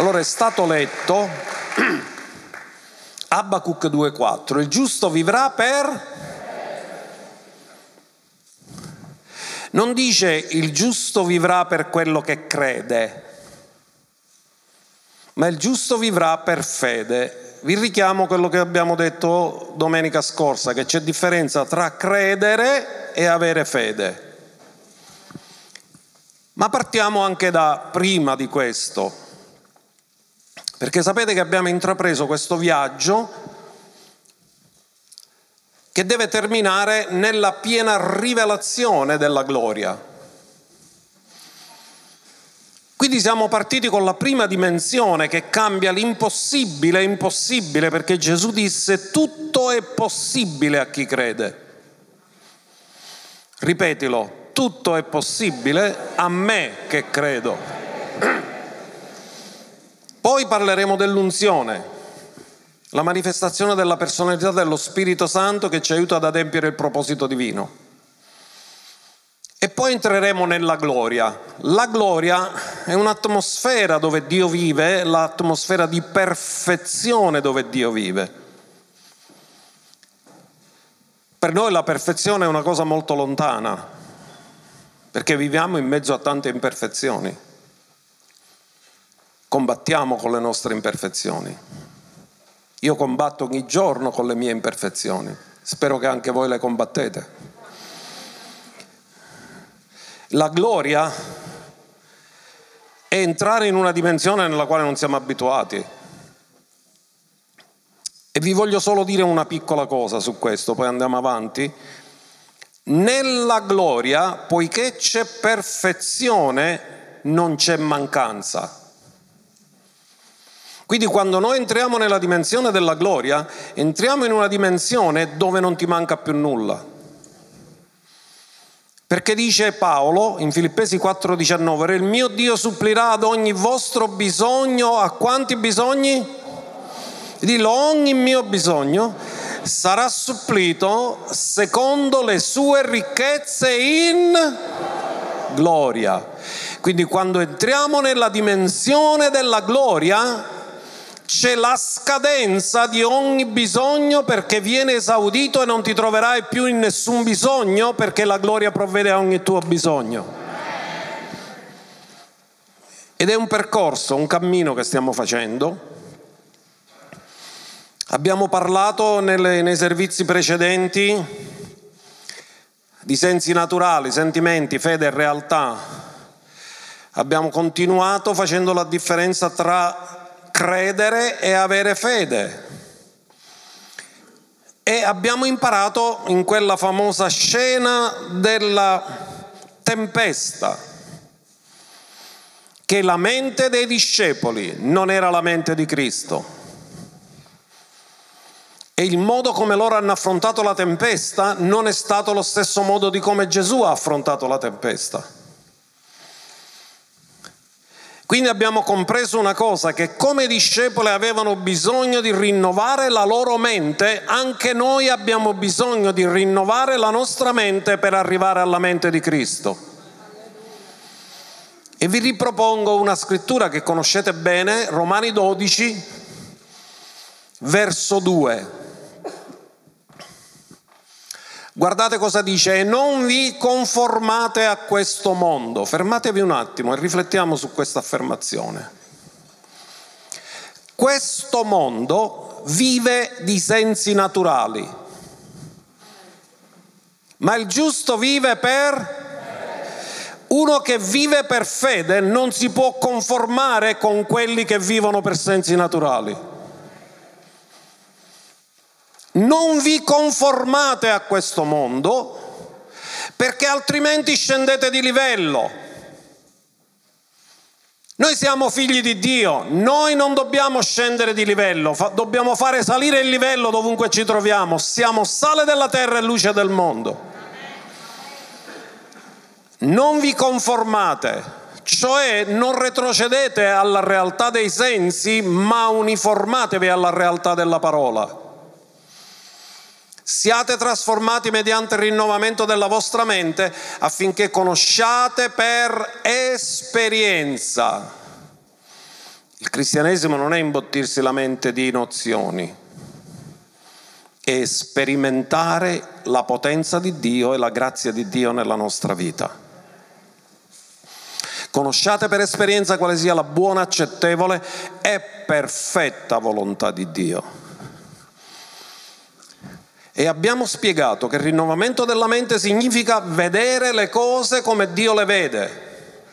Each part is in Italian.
Allora è stato letto Abacuc 2,4, il giusto vivrà per... Non dice il giusto vivrà per quello che crede, ma il giusto vivrà per fede. Vi richiamo quello che abbiamo detto domenica scorsa, che c'è differenza tra credere e avere fede. Ma partiamo anche da prima di questo, perché sapete che abbiamo intrapreso questo viaggio che deve terminare nella piena rivelazione della gloria. Quindi siamo partiti con la prima dimensione che cambia l'impossibile impossibile, perché Gesù disse tutto è possibile a chi crede. Ripetilo, tutto è possibile a me che credo. Poi parleremo dell'unzione, la manifestazione della personalità dello Spirito Santo che ci aiuta ad adempiere il proposito divino. E poi entreremo nella gloria. La gloria è un'atmosfera dove Dio vive, l'atmosfera di perfezione dove Dio vive. Per noi la perfezione è una cosa molto lontana, perché viviamo in mezzo a tante imperfezioni. Combattiamo con le nostre imperfezioni. Io combatto ogni giorno con le mie imperfezioni. Spero che anche voi le combattete. La gloria è entrare in una dimensione nella quale non siamo abituati. E vi voglio solo dire una piccola cosa su questo, poi andiamo avanti. Nella gloria, poiché c'è perfezione, non c'è mancanza. Quindi quando noi entriamo nella dimensione della gloria, entriamo in una dimensione dove non ti manca più nulla. Perché dice Paolo in Filippesi 4,19, il mio Dio supplirà ad ogni vostro bisogno, a quanti bisogni? Dillo, ogni mio bisogno sarà supplito secondo le sue ricchezze in gloria. Quindi quando entriamo nella dimensione della gloria c'è la scadenza di ogni bisogno, perché viene esaudito e non ti troverai più in nessun bisogno, perché la gloria provvede a ogni tuo bisogno. Ed è un percorso, un cammino che stiamo facendo. Abbiamo parlato nei servizi precedenti di sensi naturali, sentimenti, fede e realtà. Abbiamo continuato facendo la differenza tra credere e avere fede. E abbiamo imparato in quella famosa scena della tempesta che la mente dei discepoli non era la mente di Cristo. E il modo come loro hanno affrontato la tempesta non è stato lo stesso modo di come Gesù ha affrontato la tempesta. Quindi abbiamo compreso una cosa, che come i discepoli avevano bisogno di rinnovare la loro mente, anche noi abbiamo bisogno di rinnovare la nostra mente per arrivare alla mente di Cristo. E vi ripropongo una scrittura che conoscete bene, Romani 12, verso 2. Guardate cosa dice: e non vi conformate a questo mondo. Fermatevi un attimo e riflettiamo su questa affermazione. Questo mondo vive di sensi naturali, ma il giusto vive per... Uno che vive per fede non si può conformare con quelli che vivono per sensi naturali. Non vi conformate a questo mondo, perché altrimenti scendete di livello. Noi siamo figli di Dio, noi non dobbiamo scendere di livello, dobbiamo fare salire il livello dovunque ci troviamo. Siamo sale della terra e luce del mondo. Non vi conformate, cioè non retrocedete alla realtà dei sensi, ma uniformatevi alla realtà della parola. Siate trasformati mediante il rinnovamento della vostra mente, affinché conosciate per esperienza il cristianesimo non è imbottirsi la mente di nozioni, è sperimentare la potenza di Dio e la grazia di Dio nella nostra vita. Conosciate per esperienza quale sia la buona, accettevole e perfetta volontà di Dio. E abbiamo spiegato che il rinnovamento della mente significa vedere le cose come Dio le vede.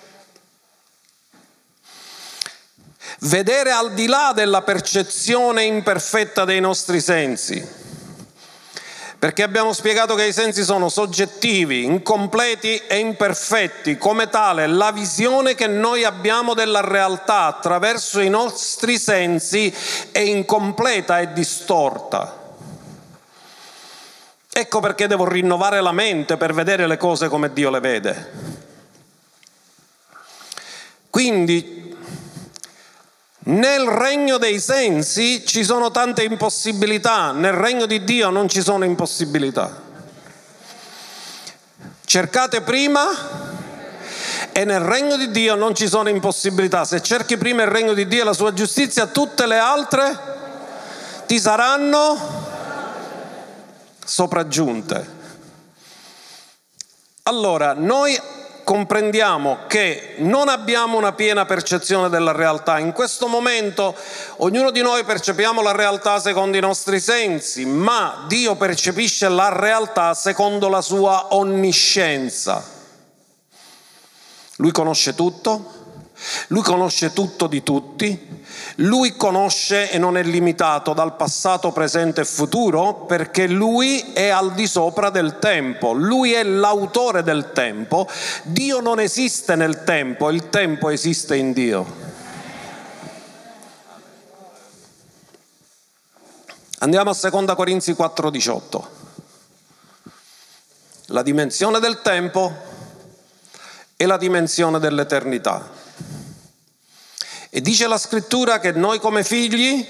Vedere al di là della percezione imperfetta dei nostri sensi. Perché abbiamo spiegato che i sensi sono soggettivi, incompleti e imperfetti. Come tale, la visione che noi abbiamo della realtà attraverso i nostri sensi è incompleta e distorta. Ecco perché devo rinnovare la mente per vedere le cose come Dio le vede. Quindi, nel regno dei sensi ci sono tante impossibilità, nel regno di Dio non ci sono impossibilità. Cercate prima e nel regno di Dio non ci sono impossibilità. Se cerchi prima il regno di Dio e la sua giustizia, tutte le altre ti saranno sopraggiunte. Allora, noi comprendiamo che non abbiamo una piena percezione della realtà. In questo momento ognuno di noi percepiamo la realtà secondo i nostri sensi, ma Dio percepisce la realtà secondo la sua onniscienza. Lui conosce tutto, Lui conosce tutto di tutti, Lui conosce e non è limitato dal passato, presente e futuro, perché Lui è al di sopra del tempo, Lui è l'autore del tempo. Dio non esiste nel tempo, il tempo esiste in Dio. Andiamo a 2 Corinzi 4,18. La dimensione del tempo e la dimensione dell'eternità. E dice la scrittura che noi come figli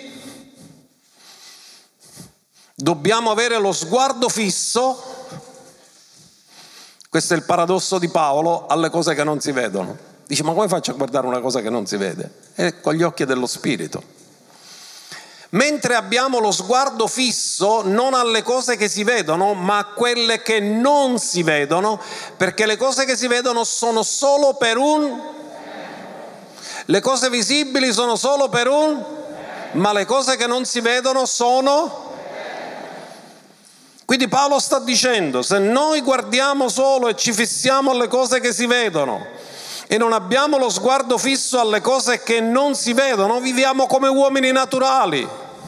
dobbiamo avere lo sguardo fisso, questo è il paradosso di Paolo, alle cose che non si vedono. Dice, ma come faccio a guardare una cosa che non si vede? È con gli occhi dello Spirito. Mentre abbiamo lo sguardo fisso non alle cose che si vedono, ma a quelle che non si vedono, perché le cose che si vedono sono solo per le cose visibili sono solo per ma le cose che non si vedono sono. Quindi Paolo sta dicendo, se noi guardiamo solo e ci fissiamo alle cose che si vedono e non abbiamo lo sguardo fisso alle cose che non si vedono, viviamo come uomini naturali.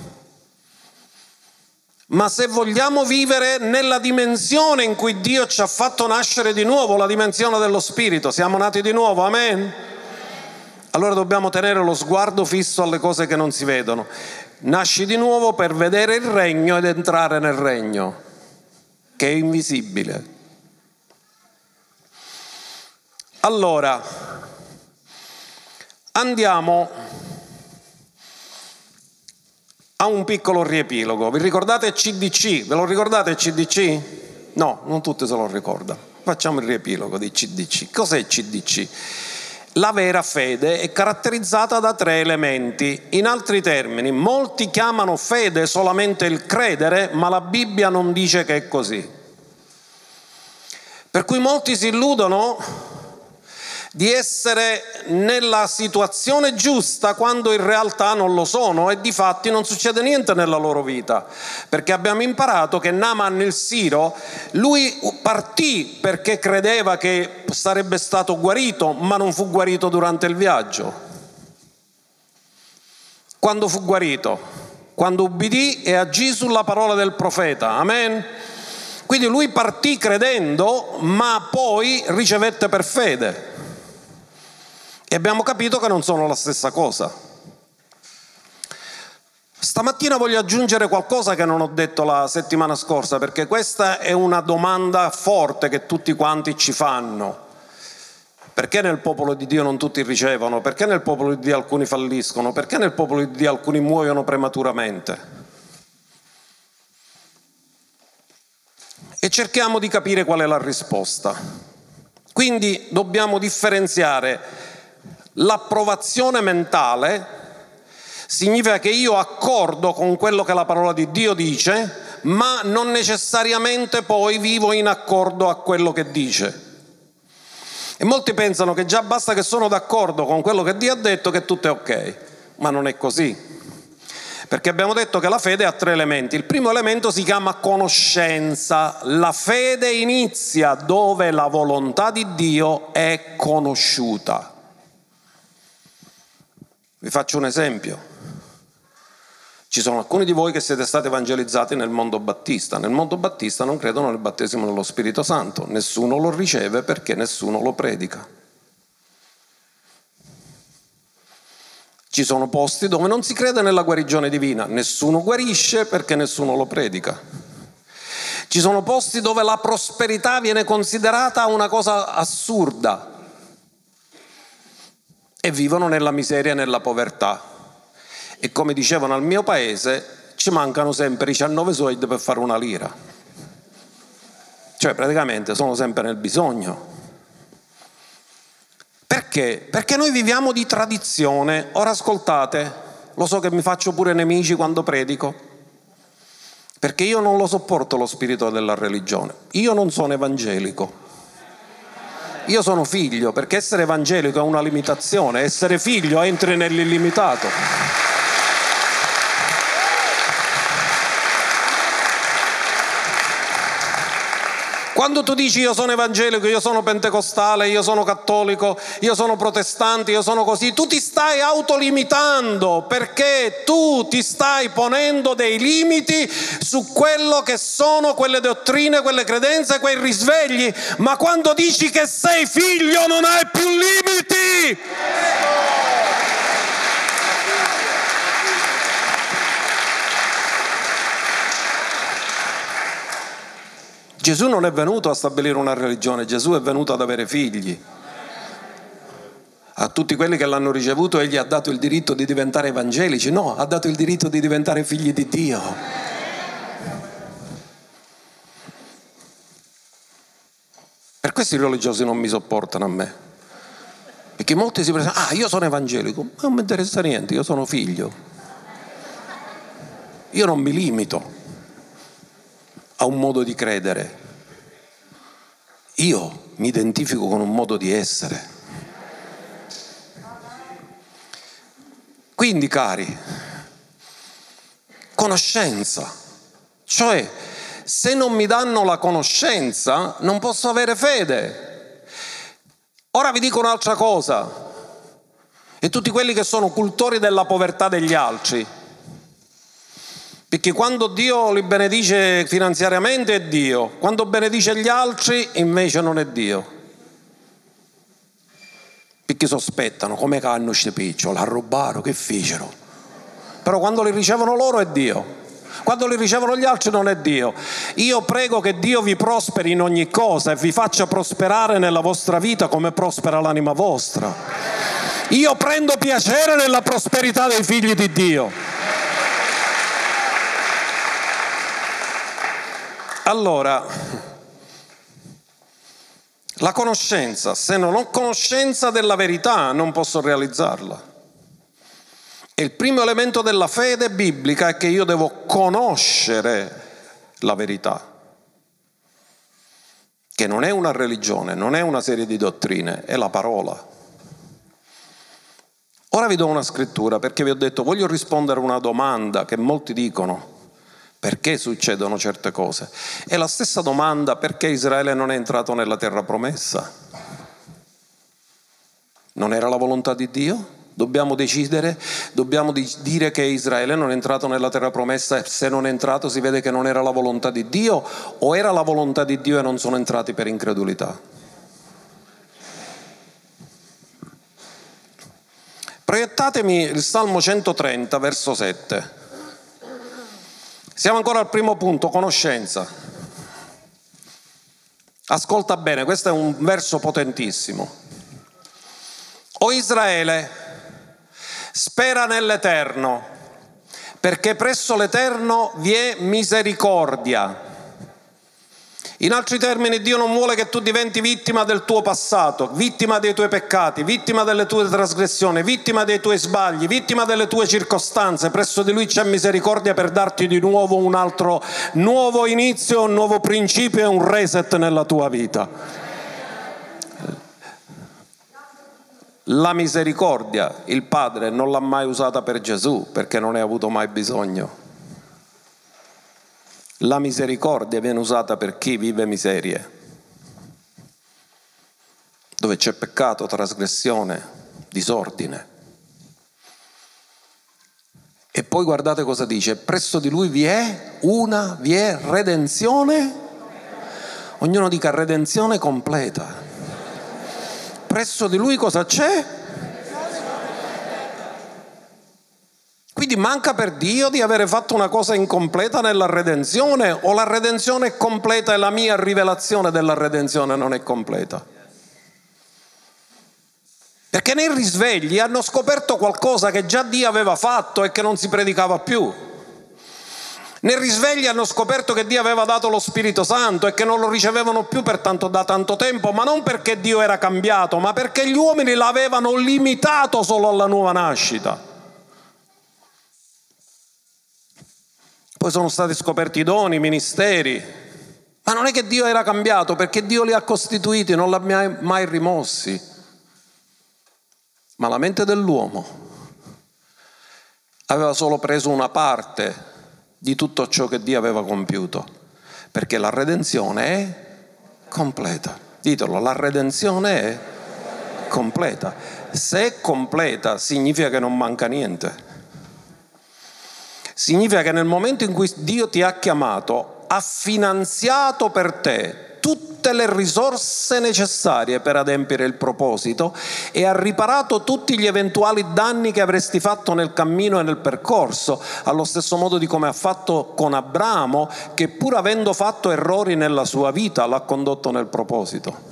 Ma se vogliamo vivere nella dimensione in cui Dio ci ha fatto nascere di nuovo, la dimensione dello Spirito, siamo nati di nuovo, amen? Allora dobbiamo tenere lo sguardo fisso alle cose che non si vedono. Nasci di nuovo per vedere il regno ed entrare nel regno, che è invisibile. Allora, andiamo a un piccolo riepilogo. Vi ricordate CDC? Ve lo ricordate CDC? No, non tutti se lo ricordano. Facciamo il riepilogo di CDC. Cos'è CDC? La vera fede è caratterizzata da 3 elementi. In altri termini, molti chiamano fede solamente il credere, ma la Bibbia non dice che è così. Per cui molti si illudono di essere nella situazione giusta quando in realtà non lo sono e difatti non succede niente nella loro vita, perché abbiamo imparato che Naaman il Siro, lui partì perché credeva che sarebbe stato guarito, ma non fu guarito durante il viaggio. Quando fu guarito? Quando ubbidì e agì sulla parola del profeta, amen? Quindi lui partì credendo, ma poi ricevette per fede. E abbiamo capito che non sono la stessa cosa. Stamattina voglio aggiungere qualcosa che non ho detto la settimana scorsa, perché questa è una domanda forte che tutti quanti ci fanno. Perché nel popolo di Dio non tutti ricevono? Perché nel popolo di Dio alcuni falliscono? Perché nel popolo di Dio alcuni muoiono prematuramente? E cerchiamo di capire qual è la risposta. Quindi dobbiamo differenziare l'approvazione mentale Significa che io accordo con quello che la parola di Dio dice, ma non necessariamente poi vivo in accordo a quello che dice. E molti pensano che già basta che sono d'accordo con quello che Dio ha detto che tutto è ok, ma non è così. Perché abbiamo detto che la fede ha 3 elementi. Il primo elemento si chiama conoscenza. La fede inizia dove la volontà di Dio è conosciuta. Vi faccio un esempio. Ci sono alcuni di voi che siete stati evangelizzati nel mondo battista. Nel mondo battista non credono nel battesimo dello Spirito Santo. Nessuno lo riceve perché nessuno lo predica. Ci sono posti dove non si crede nella guarigione divina. Nessuno guarisce perché nessuno lo predica. Ci sono posti dove la prosperità viene considerata una cosa assurda e vivono nella miseria e nella povertà. E come dicevano al mio paese, ci mancano sempre 19 soldi per fare una lira. Cioè praticamente sono sempre nel bisogno. Perché? Perché noi viviamo di tradizione. Ora ascoltate, lo so che mi faccio pure nemici quando predico, perché io non lo sopporto lo spirito della religione. Io non sono evangelico. Io sono figlio, perché essere evangelico è una limitazione, essere figlio entri nell'illimitato. Quando tu dici io sono evangelico, io sono pentecostale, io sono cattolico, io sono protestante, io sono così, tu ti stai autolimitando, perché tu ti stai ponendo dei limiti su quello che sono quelle dottrine, quelle credenze, quei risvegli. Ma quando dici che sei figlio non hai più limiti. Gesù non è venuto a stabilire una religione, Gesù è venuto ad avere figli. A tutti quelli che l'hanno ricevuto egli ha dato il diritto di diventare evangelici, no, ha dato il diritto di diventare figli di Dio. Per questo i religiosi non mi sopportano a me, perché molti si pensano, io sono evangelico, ma non mi interessa niente, io sono figlio. Io non mi limito a un modo di credere, io mi identifico con un modo di essere. Quindi cari, conoscenza, cioè se non mi danno la conoscenza non posso avere fede. Ora vi dico un'altra cosa, e tutti quelli che sono cultori della povertà degli altri, perché quando Dio li benedice finanziariamente è Dio, quando benedice gli altri invece non è Dio. Perché sospettano, come che hanno questi piccioli, la rubarono, che fecero? Però quando li ricevono loro è Dio, quando li ricevono gli altri non è Dio. Io prego che Dio vi prosperi in ogni cosa e vi faccia prosperare nella vostra vita come prospera l'anima vostra. Io prendo piacere nella prosperità dei figli di Dio. Allora, la conoscenza, se non ho conoscenza della verità non posso realizzarla. E il primo elemento della fede biblica è che io devo conoscere la verità, che non è una religione, non è una serie di dottrine, è la parola. Ora vi do una scrittura perché vi ho detto voglio rispondere a una domanda che molti dicono. Perché succedono certe cose? È la stessa domanda perché Israele non è entrato nella terra promessa. Non era la volontà di Dio? Dobbiamo decidere, dobbiamo dire che Israele non è entrato nella terra promessa e se non è entrato si vede che non era la volontà di Dio, o era la volontà di Dio e non sono entrati per incredulità? Proiettatemi il Salmo 130, verso 7. Siamo ancora al primo punto, conoscenza. Ascolta bene, questo è un verso potentissimo. O Israele, spera nell'Eterno, perché presso l'Eterno vi è misericordia In altri termini, Dio non vuole che tu diventi vittima del tuo passato, vittima dei tuoi peccati, vittima delle tue trasgressioni, vittima dei tuoi sbagli, vittima delle tue circostanze. Presso di Lui c'è misericordia per darti di nuovo un altro nuovo inizio, un nuovo principio e un reset nella tua vita. La misericordia il Padre non l'ha mai usata per Gesù, perché non ne ha avuto mai bisogno. La misericordia viene usata per chi vive miserie, dove c'è peccato, trasgressione, disordine. E poi guardate cosa dice: presso di Lui vi è redenzione. Ognuno dica redenzione completa. Presso di Lui cosa c'è? Quindi manca per Dio di avere fatto una cosa incompleta nella redenzione, o la redenzione è completa e la mia rivelazione della redenzione non è completa? Perché nei risvegli hanno scoperto qualcosa che già Dio aveva fatto e che non si predicava più. Nei risvegli hanno scoperto che Dio aveva dato lo Spirito Santo e che non lo ricevevano più da tanto tempo, ma non perché Dio era cambiato, ma perché gli uomini l'avevano limitato solo alla nuova nascita. Poi sono stati scoperti i doni, i ministeri, ma non è che Dio era cambiato, perché Dio li ha costituiti, non li ha mai rimossi. Ma la mente dell'uomo aveva solo preso una parte di tutto ciò che Dio aveva compiuto, perché la redenzione è completa. Ditelo, la redenzione è completa. Se è completa significa che non manca niente. Significa che nel momento in cui Dio ti ha chiamato, ha finanziato per te tutte le risorse necessarie per adempiere il proposito e ha riparato tutti gli eventuali danni che avresti fatto nel cammino e nel percorso, allo stesso modo di come ha fatto con Abramo, che pur avendo fatto errori nella sua vita l'ha condotto nel proposito.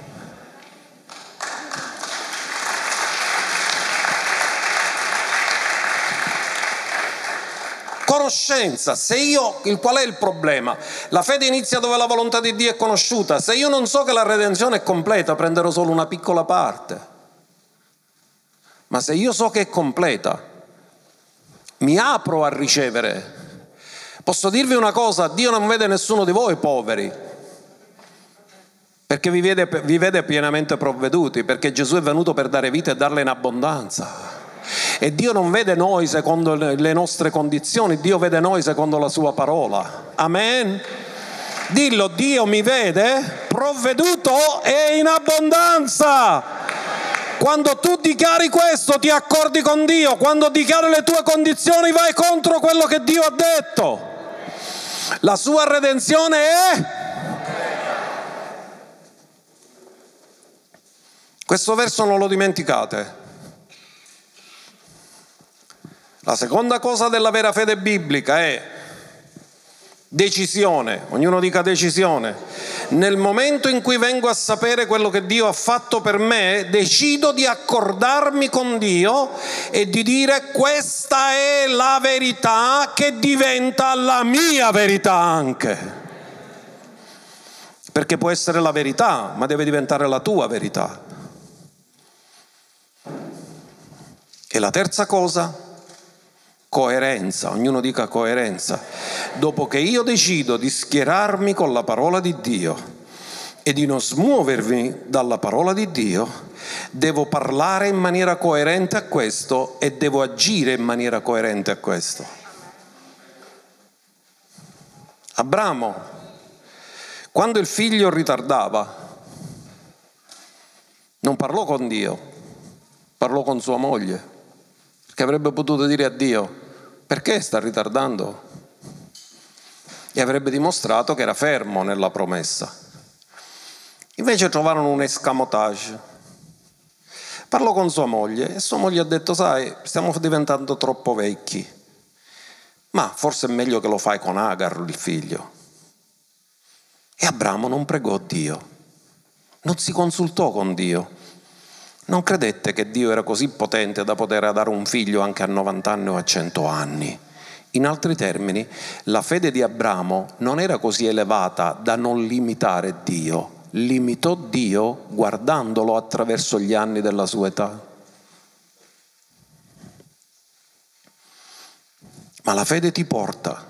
Conoscenza. Qual è il problema? La fede inizia dove la volontà di Dio è conosciuta. Se io non so che la redenzione è completa, prenderò solo una piccola parte. Ma se io so che è completa, mi apro a ricevere. Posso dirvi una cosa: Dio non vede nessuno di voi poveri, perché vi vede pienamente provveduti, perché Gesù è venuto per dare vita e darla in abbondanza. E Dio non vede noi secondo le nostre condizioni, Dio vede noi secondo la sua parola. Amen? Dillo: Dio mi vede provveduto e in abbondanza. Quando tu dichiari questo ti accordi con Dio. Quando dichiari le tue condizioni vai contro quello che Dio ha detto. La sua redenzione è... Questo verso non lo dimenticate. La seconda cosa della vera fede biblica è decisione. Ognuno dica decisione. Nel momento in cui vengo a sapere quello che Dio ha fatto per me, decido di accordarmi con Dio e di dire: questa è la verità, che diventa la mia verità anche. Perché può essere la verità, ma deve diventare la tua verità. E la terza cosa? Coerenza. Ognuno dica coerenza. Dopo che io decido di schierarmi con la parola di Dio e di non smuovermi dalla parola di Dio, devo parlare in maniera coerente a questo e devo agire in maniera coerente a questo. Abramo, quando il figlio ritardava, non parlò con Dio, parlò con sua moglie, perché avrebbe potuto dire a Dio: perché sta ritardando? E avrebbe dimostrato che era fermo nella promessa. Invece trovarono un escamotage. Parlò con sua moglie e sua moglie ha detto: sai, stiamo diventando troppo vecchi, ma forse è meglio che lo fai con Agar, il figlio. E Abramo non pregò Dio, non si consultò con Dio. Non credette che Dio era così potente da poter dare un figlio anche a 90 anni o a 100 anni. In altri termini, la fede di Abramo non era così elevata da non limitare Dio, limitò Dio guardandolo attraverso gli anni della sua età. Ma la fede ti porta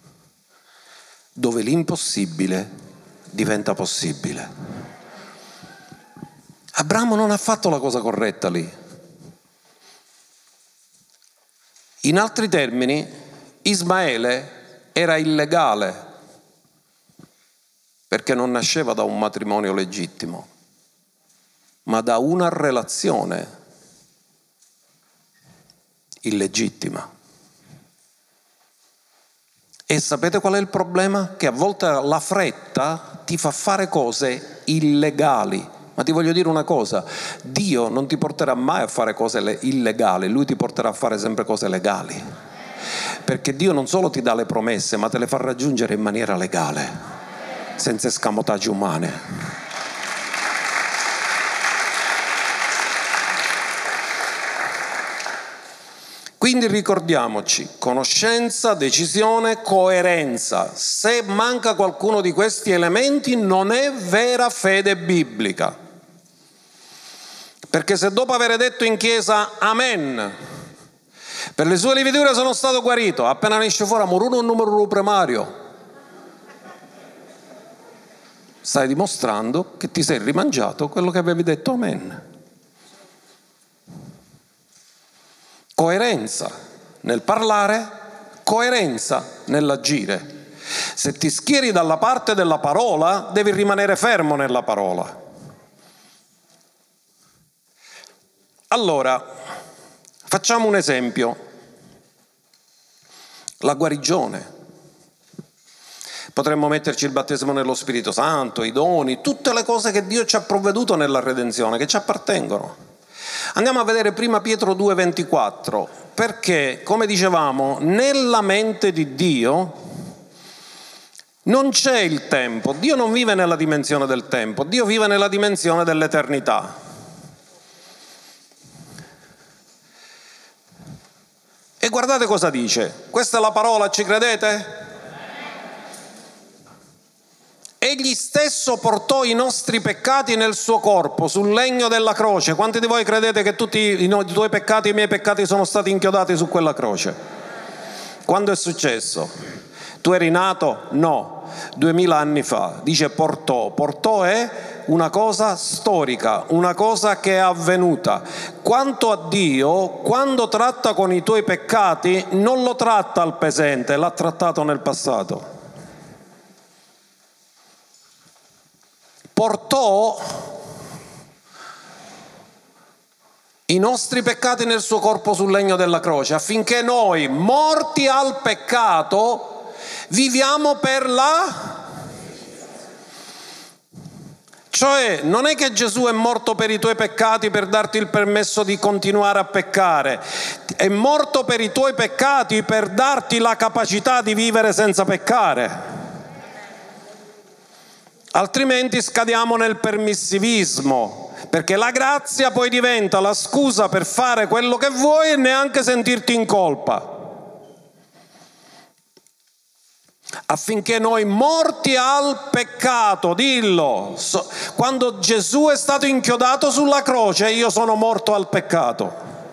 dove l'impossibile diventa possibile. Abramo non ha fatto la cosa corretta lì. In altri termini, Ismaele era illegale perché non nasceva da un matrimonio legittimo, ma da una relazione illegittima. E sapete qual è il problema? Che a volte la fretta ti fa fare cose illegali. Ma ti voglio dire una cosa, Dio non ti porterà mai a fare cose illegali, Lui ti porterà a fare sempre cose legali. Perché Dio non solo ti dà le promesse, ma te le fa raggiungere in maniera legale, senza escamotaggi umane. Quindi ricordiamoci, conoscenza, decisione, coerenza. Se manca qualcuno di questi elementi non è vera fede biblica. Perché se dopo aver detto in chiesa Amen, per le sue lividure sono stato guarito, appena ne esce fuori un numero primario, stai dimostrando che ti sei rimangiato quello che avevi detto Amen. Coerenza nel parlare, coerenza nell'agire. Se ti schieri dalla parte della parola, devi rimanere fermo nella parola. Allora, facciamo un esempio. La guarigione. Potremmo metterci il battesimo nello Spirito Santo, i doni, tutte le cose che Dio ci ha provveduto nella redenzione, che ci appartengono. Andiamo a vedere prima Pietro 2,24, perché, come dicevamo, nella mente di Dio non c'è il tempo. Dio non vive nella dimensione del tempo, Dio vive nella dimensione dell'eternità. E guardate cosa dice. Questa è la parola, ci credete? Egli stesso portò i nostri peccati nel suo corpo, sul legno della croce. Quanti di voi credete che tutti i tuoi peccati e i miei peccati sono stati inchiodati su quella croce? Quando è successo? Tu eri nato? No, 2000 anni fa. Dice portò. Portò è una cosa storica, una cosa che è avvenuta. Quanto a Dio, quando tratta con i tuoi peccati, non lo tratta al presente, l'ha trattato nel passato. Portò i nostri peccati nel suo corpo sul legno della croce, affinché noi, morti al peccato, viviamo per la... Cioè, non è che Gesù è morto per i tuoi peccati per darti il permesso di continuare a peccare, è morto per i tuoi peccati per darti la capacità di vivere senza peccare. Altrimenti scadiamo nel permissivismo, perché la grazia poi diventa la scusa per fare quello che vuoi e neanche sentirti in colpa. Affinché noi morti al peccato, dillo, quando Gesù è stato inchiodato sulla croce, io sono morto al peccato.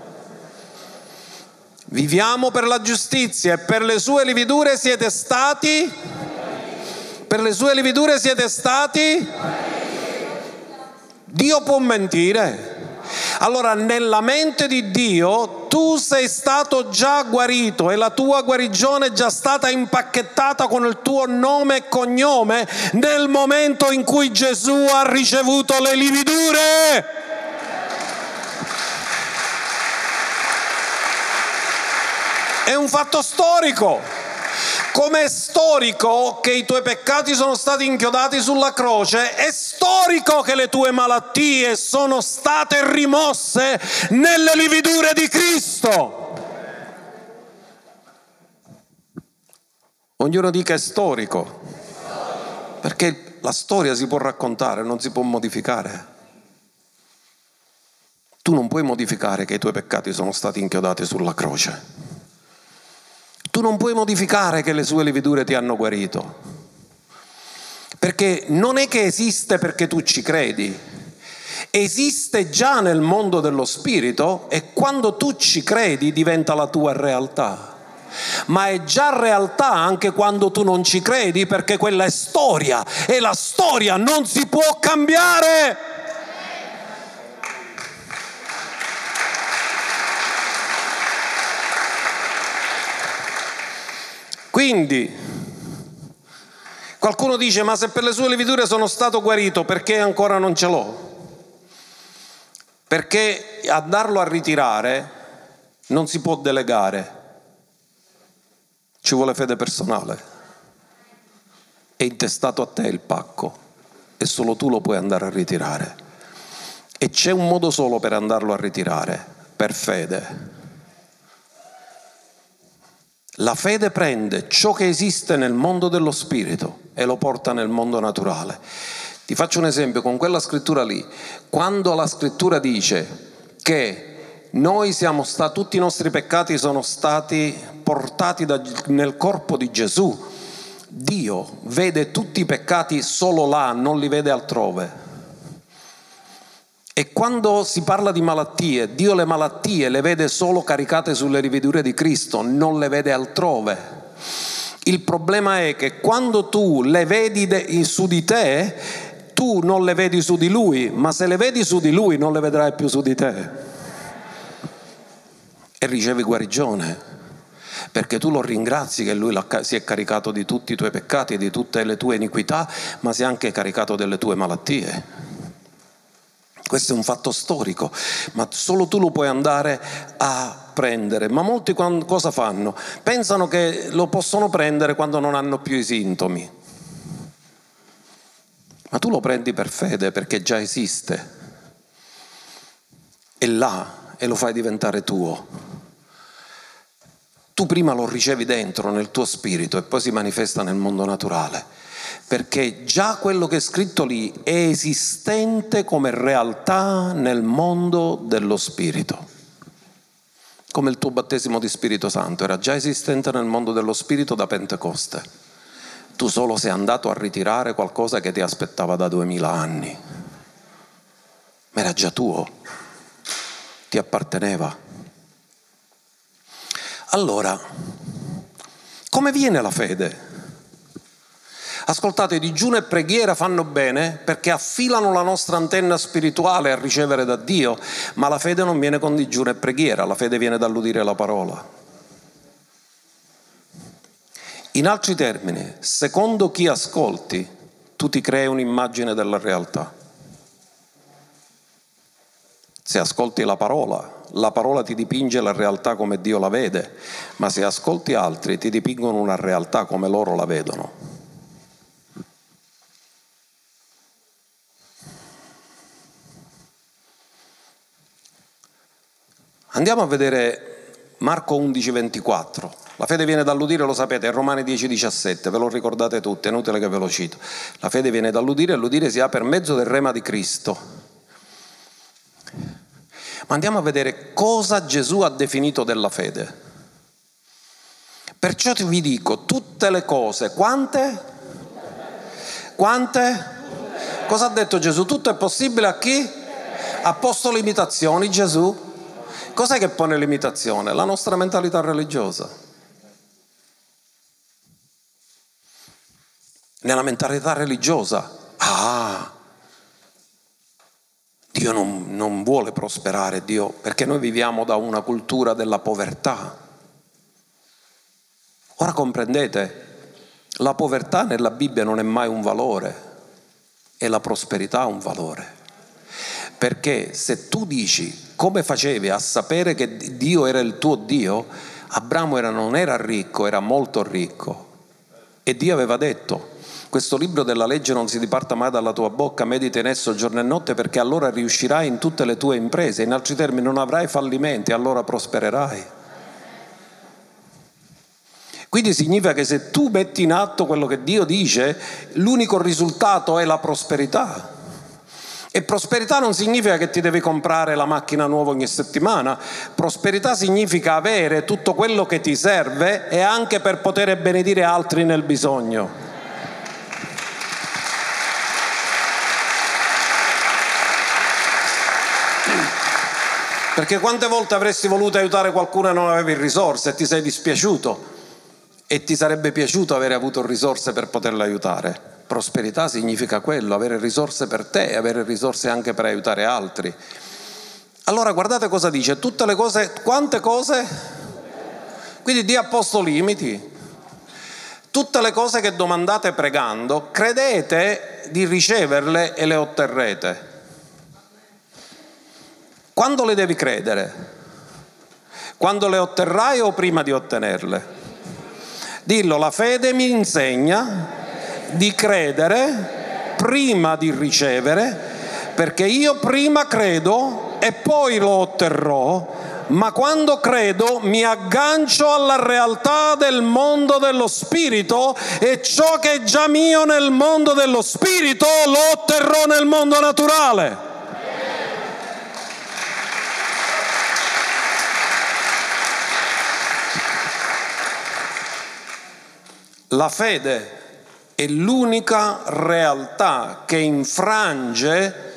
Viviamo per la giustizia e per le sue lividure siete stati... Per le sue lividure siete stati? Dio può mentire? Allora, nella mente di Dio tu sei stato già guarito e la tua guarigione è già stata impacchettata con il tuo nome e cognome nel momento in cui Gesù ha ricevuto le lividure. È un fatto storico. Come è storico che i tuoi peccati sono stati inchiodati sulla croce, è storico che le tue malattie sono state rimosse nelle lividure di Cristo. Ognuno dica è storico, perché la storia si può raccontare, non si può modificare. Tu non puoi modificare che i tuoi peccati sono stati inchiodati sulla croce. Tu non puoi modificare che le sue lividure ti hanno guarito, perché non è che esiste perché tu ci credi, esiste già nel mondo dello spirito e quando tu ci credi diventa la tua realtà. Ma è già realtà anche quando tu non ci credi, perché quella è storia e la storia non si può cambiare. Quindi qualcuno dice: ma se per le sue lividure sono stato guarito, perché ancora non ce l'ho? Perché andarlo a ritirare non si può delegare. Ci vuole fede personale. È intestato a te il pacco e solo tu lo puoi andare a ritirare. E c'è un modo solo per andarlo a ritirare: per fede. La fede prende ciò che esiste nel mondo dello spirito e lo porta nel mondo naturale. Ti faccio un esempio con quella scrittura lì. Quando la scrittura dice che noi tutti i nostri peccati sono stati portati nel corpo di Gesù, Dio vede tutti i peccati solo là, non li vede altrove. E quando si parla di malattie, Dio le malattie le vede solo caricate sulle rivedure di Cristo, non le vede altrove. Il problema è che quando tu le vedi su di te, tu non le vedi su di Lui, ma se le vedi su di Lui non le vedrai più su di te. E ricevi guarigione, perché tu lo ringrazi che Lui si è caricato di tutti i tuoi peccati e di tutte le tue iniquità, ma si è anche caricato delle tue malattie. Questo è un fatto storico, ma solo tu lo puoi andare a prendere. Ma molti cosa fanno? Pensano che lo possono prendere quando non hanno più i sintomi. Ma tu lo prendi per fede, perché già esiste. È là e lo fai diventare tuo. Tu prima lo ricevi dentro nel tuo spirito e poi si manifesta nel mondo naturale. Perché già quello che è scritto lì è esistente come realtà nel mondo dello Spirito. Come il tuo battesimo di Spirito Santo era già esistente nel mondo dello Spirito da Pentecoste. Tu solo sei andato a ritirare qualcosa che ti aspettava da 2000 anni. Ma era già tuo, ti apparteneva. Allora, come viene la fede? Ascoltate, digiuno e preghiera fanno bene perché affilano la nostra antenna spirituale a ricevere da Dio, ma la fede non viene con digiuno e preghiera, la fede viene dall'udire la parola. In altri termini, secondo chi ascolti, tu ti crei un'immagine della realtà. Se ascolti la parola ti dipinge la realtà come Dio la vede, ma se ascolti altri ti dipingono una realtà come loro la vedono. Andiamo a vedere Marco 11,24. La fede viene dall'udire, lo sapete, è Romani 10,17, ve lo ricordate tutti, è inutile che ve lo cito. La fede viene dall'udire e l'udire si ha per mezzo del rema di Cristo. Ma andiamo a vedere cosa Gesù ha definito della fede. Perciò vi dico, tutte le cose, quante? Quante? Cosa ha detto Gesù? Tutto è possibile a chi? Ha posto limitazioni Gesù? Cos'è che pone limitazione? La nostra mentalità religiosa. Nella mentalità religiosa, Dio non vuole prosperare, Dio, perché noi viviamo da una cultura della povertà. Ora comprendete, la povertà nella Bibbia non è mai un valore, è la prosperità un valore. Perché se tu dici come facevi a sapere che Dio era il tuo Dio, Abramo non era ricco, era molto ricco. E Dio aveva detto: questo libro della legge non si diparta mai dalla tua bocca, medita in esso giorno e notte, perché allora riuscirai in tutte le tue imprese. In altri termini, non avrai fallimenti, allora prospererai. Quindi significa che se tu metti in atto quello che Dio dice, l'unico risultato è la prosperità. E prosperità non significa che ti devi comprare la macchina nuova ogni settimana. Prosperità significa avere tutto quello che ti serve e anche per poter benedire altri nel bisogno. Perché quante volte avresti voluto aiutare qualcuno e non avevi risorse e ti sei dispiaciuto e ti sarebbe piaciuto avere avuto risorse per poterlo aiutare. Prosperità significa quello, avere risorse per te e avere risorse anche per aiutare altri. Allora guardate cosa dice, tutte le cose, quante cose? Quindi Dio ha posto limiti. Tutte le cose che domandate pregando, credete di riceverle e le otterrete. Quando le devi credere? Quando le otterrai o prima di ottenerle? Dillo, la fede mi insegna di credere prima di ricevere, perché io prima credo e poi lo otterrò, ma quando credo mi aggancio alla realtà del mondo dello spirito e ciò che è già mio nel mondo dello spirito lo otterrò nel mondo naturale. La fede è l'unica realtà che infrange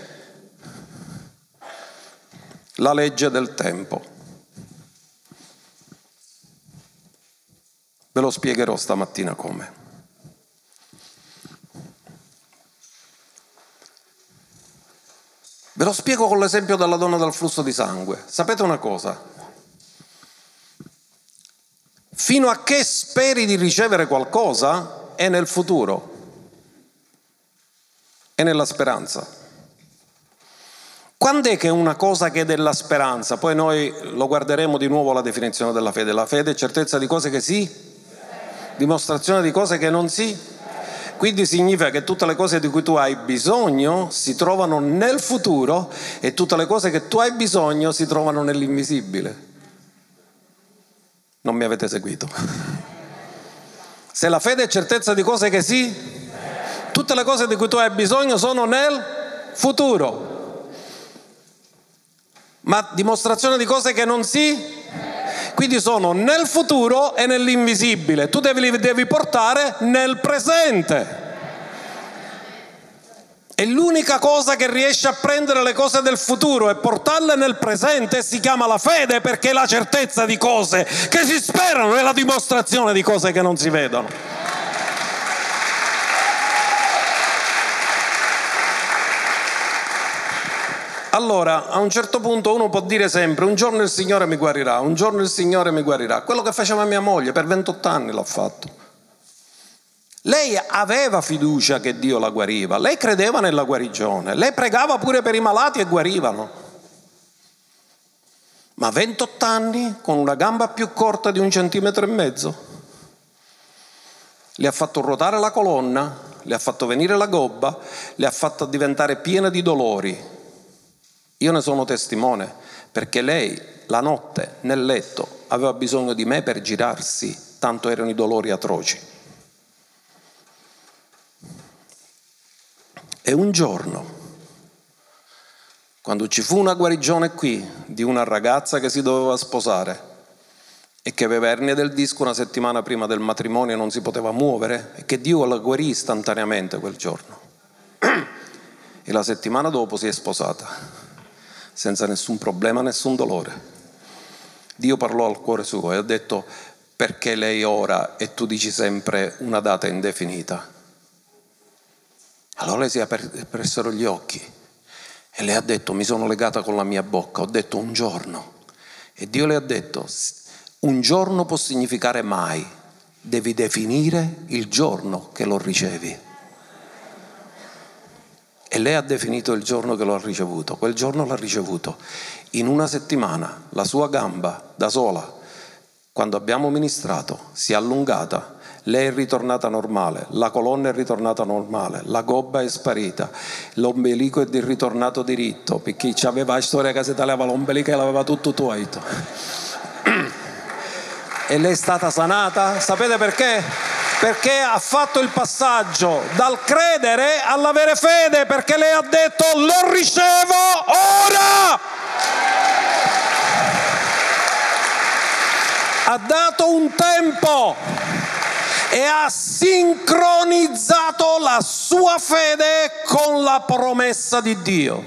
la legge del tempo. Ve lo spiegherò stamattina come. Ve lo spiego con l'esempio della donna del flusso di sangue. Sapete una cosa? Fino a che speri di ricevere qualcosa è nel futuro, è nella speranza. Quando è che una cosa che è della speranza, poi noi lo guarderemo di nuovo la definizione della fede. La fede è certezza di cose che sì, dimostrazione di cose che non sì. Quindi significa che tutte le cose di cui tu hai bisogno si trovano nel futuro e tutte le cose che tu hai bisogno si trovano nell'invisibile. Non mi avete seguito? Se la fede è certezza di cose che sì, tutte le cose di cui tu hai bisogno sono nel futuro. Ma dimostrazione di cose che non sì, quindi sono nel futuro e nell'invisibile. Tu devi portare nel presente. E l'unica cosa che riesce a prendere le cose del futuro e portarle nel presente si chiama la fede, perché è la certezza di cose che si sperano, è la dimostrazione di cose che non si vedono. Allora, a un certo punto uno può dire sempre, un giorno il Signore mi guarirà, un giorno il Signore mi guarirà. Quello che faceva mia moglie, per 28 anni l'ha fatto. Lei aveva fiducia che Dio la guariva, lei credeva nella guarigione, lei pregava pure per i malati e guarivano. Ma 28 anni con una gamba più corta di 1,5 centimetri, le ha fatto ruotare la colonna, le ha fatto venire la gobba, le ha fatto diventare piena di dolori. Io ne sono testimone, perché lei la notte nel letto aveva bisogno di me per girarsi, tanto erano i dolori atroci. E un giorno, quando ci fu una guarigione qui di una ragazza che si doveva sposare e che aveva ernia del disco una settimana prima del matrimonio e non si poteva muovere, e che Dio la guarì istantaneamente quel giorno, e la settimana dopo si è sposata senza nessun problema, nessun dolore. Dio parlò al cuore suo e ha detto: perché lei ora e tu dici sempre una data indefinita? Allora lei si apersero gli occhi e lei ha detto: mi sono legata con la mia bocca, ho detto un giorno. E Dio le ha detto: un giorno può significare mai, devi definire il giorno che lo ricevi. E lei ha definito il giorno che lo ha ricevuto, quel giorno l'ha ricevuto. In una settimana la sua gamba da sola, quando abbiamo ministrato, si è allungata. Lei è ritornata normale, la colonna è ritornata normale, la gobba è sparita, l'ombelico è ritornato diritto, perché ci aveva la storia che si tagliava l'ombelico e l'aveva tutto tuoito. E lei è stata sanata, sapete perché? perché ha fatto il passaggio dal credere all'avere fede, perché lei ha detto: lo ricevo ora. Ha dato un tempo e ha sincronizzato la sua fede con la promessa di Dio.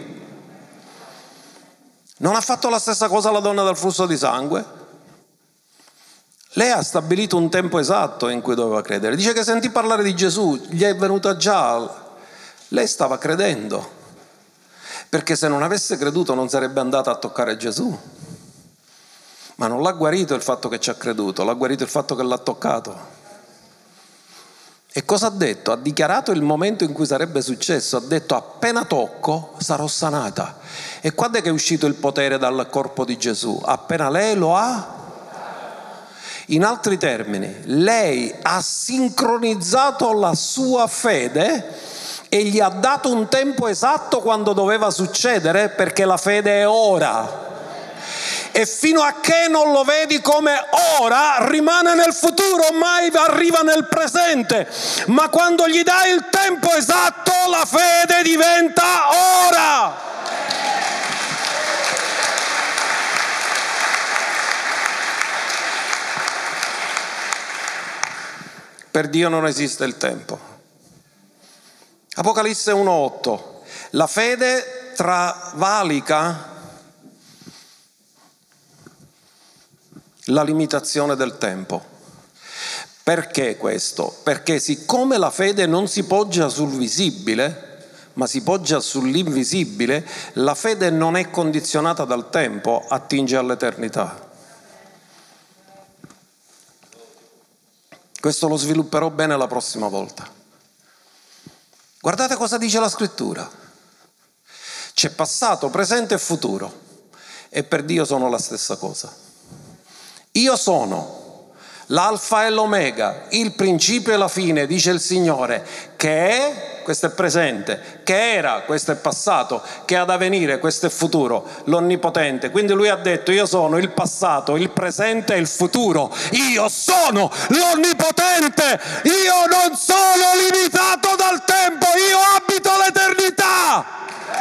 Non ha fatto la stessa cosa la donna del flusso di sangue. Lei ha stabilito un tempo esatto in cui doveva credere. Dice che sentì parlare di Gesù, gli è venuta già. Lei stava credendo, perché se non avesse creduto non sarebbe andata a toccare Gesù. Ma non l'ha guarito il fatto che ci ha creduto, l'ha guarito il fatto che l'ha toccato. E cosa ha detto? Ha dichiarato il momento in cui sarebbe successo. Ha detto: appena tocco sarò sanata. E quando è che è uscito il potere dal corpo di Gesù? Appena lei lo ha. In altri termini, lei ha sincronizzato la sua fede e gli ha dato un tempo esatto quando doveva succedere, perché la fede è ora. E fino a che non lo vedi come ora, rimane nel futuro, mai arriva nel presente. Ma quando gli dai il tempo esatto, la fede diventa ora. Per Dio non esiste il tempo. Apocalisse 1:8. La fede travalica la limitazione del tempo. Perché questo? Perché siccome la fede non si poggia sul visibile, ma si poggia sull'invisibile, la fede non è condizionata dal tempo, attinge all'eternità. Questo lo svilupperò bene la prossima volta. Guardate cosa dice la scrittura. C'è passato, presente e futuro, e per Dio sono la stessa cosa. Io sono l'alfa e l'omega, il principio e la fine, dice il Signore, che è, questo è presente, che era, questo è passato, che ha da venire, questo è futuro, l'onnipotente. Quindi lui ha detto: io sono il passato, il presente e il futuro. Io sono l'onnipotente, io non sono limitato dal tempo, io abito l'eternità.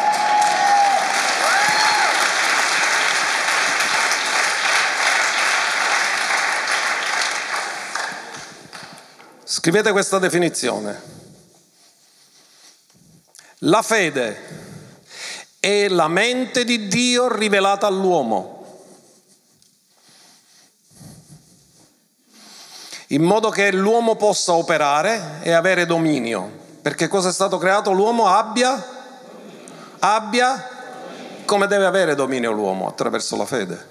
Scrivete questa definizione. La fede è la mente di Dio rivelata all'uomo, in modo che l'uomo possa operare e avere dominio. Perché cosa è stato creato? L'uomo abbia, come deve avere dominio l'uomo? Attraverso la fede.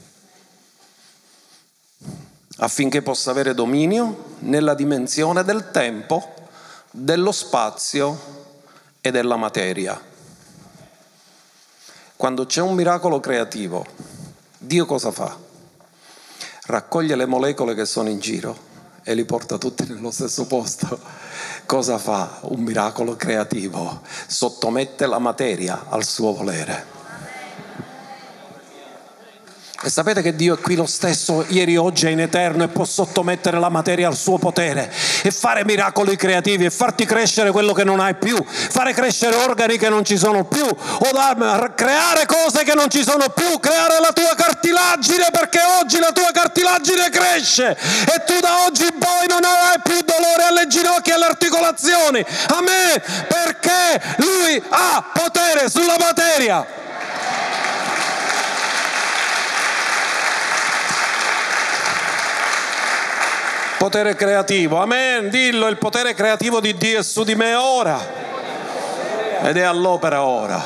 Affinché possa avere dominio nella dimensione del tempo, dello spazio e della materia. Quando c'è un miracolo creativo, Dio cosa fa? Raccoglie le molecole che sono in giro e li porta tutte nello stesso posto. Cosa fa un miracolo creativo? Sottomette la materia al suo volere. E sapete che Dio è qui lo stesso ieri, oggi e in eterno, e può sottomettere la materia al suo potere e fare miracoli creativi e farti crescere quello che non hai più, fare crescere organi che non ci sono più, o creare cose che non ci sono più, creare la tua cartilagine, perché oggi la tua cartilagine cresce e tu da oggi in poi non avrai più dolore alle ginocchia e alle articolazioni. Amen, perché Lui ha potere sulla materia. Potere creativo, amen, dillo: il potere creativo di Dio è su di me ora ed è all'opera ora.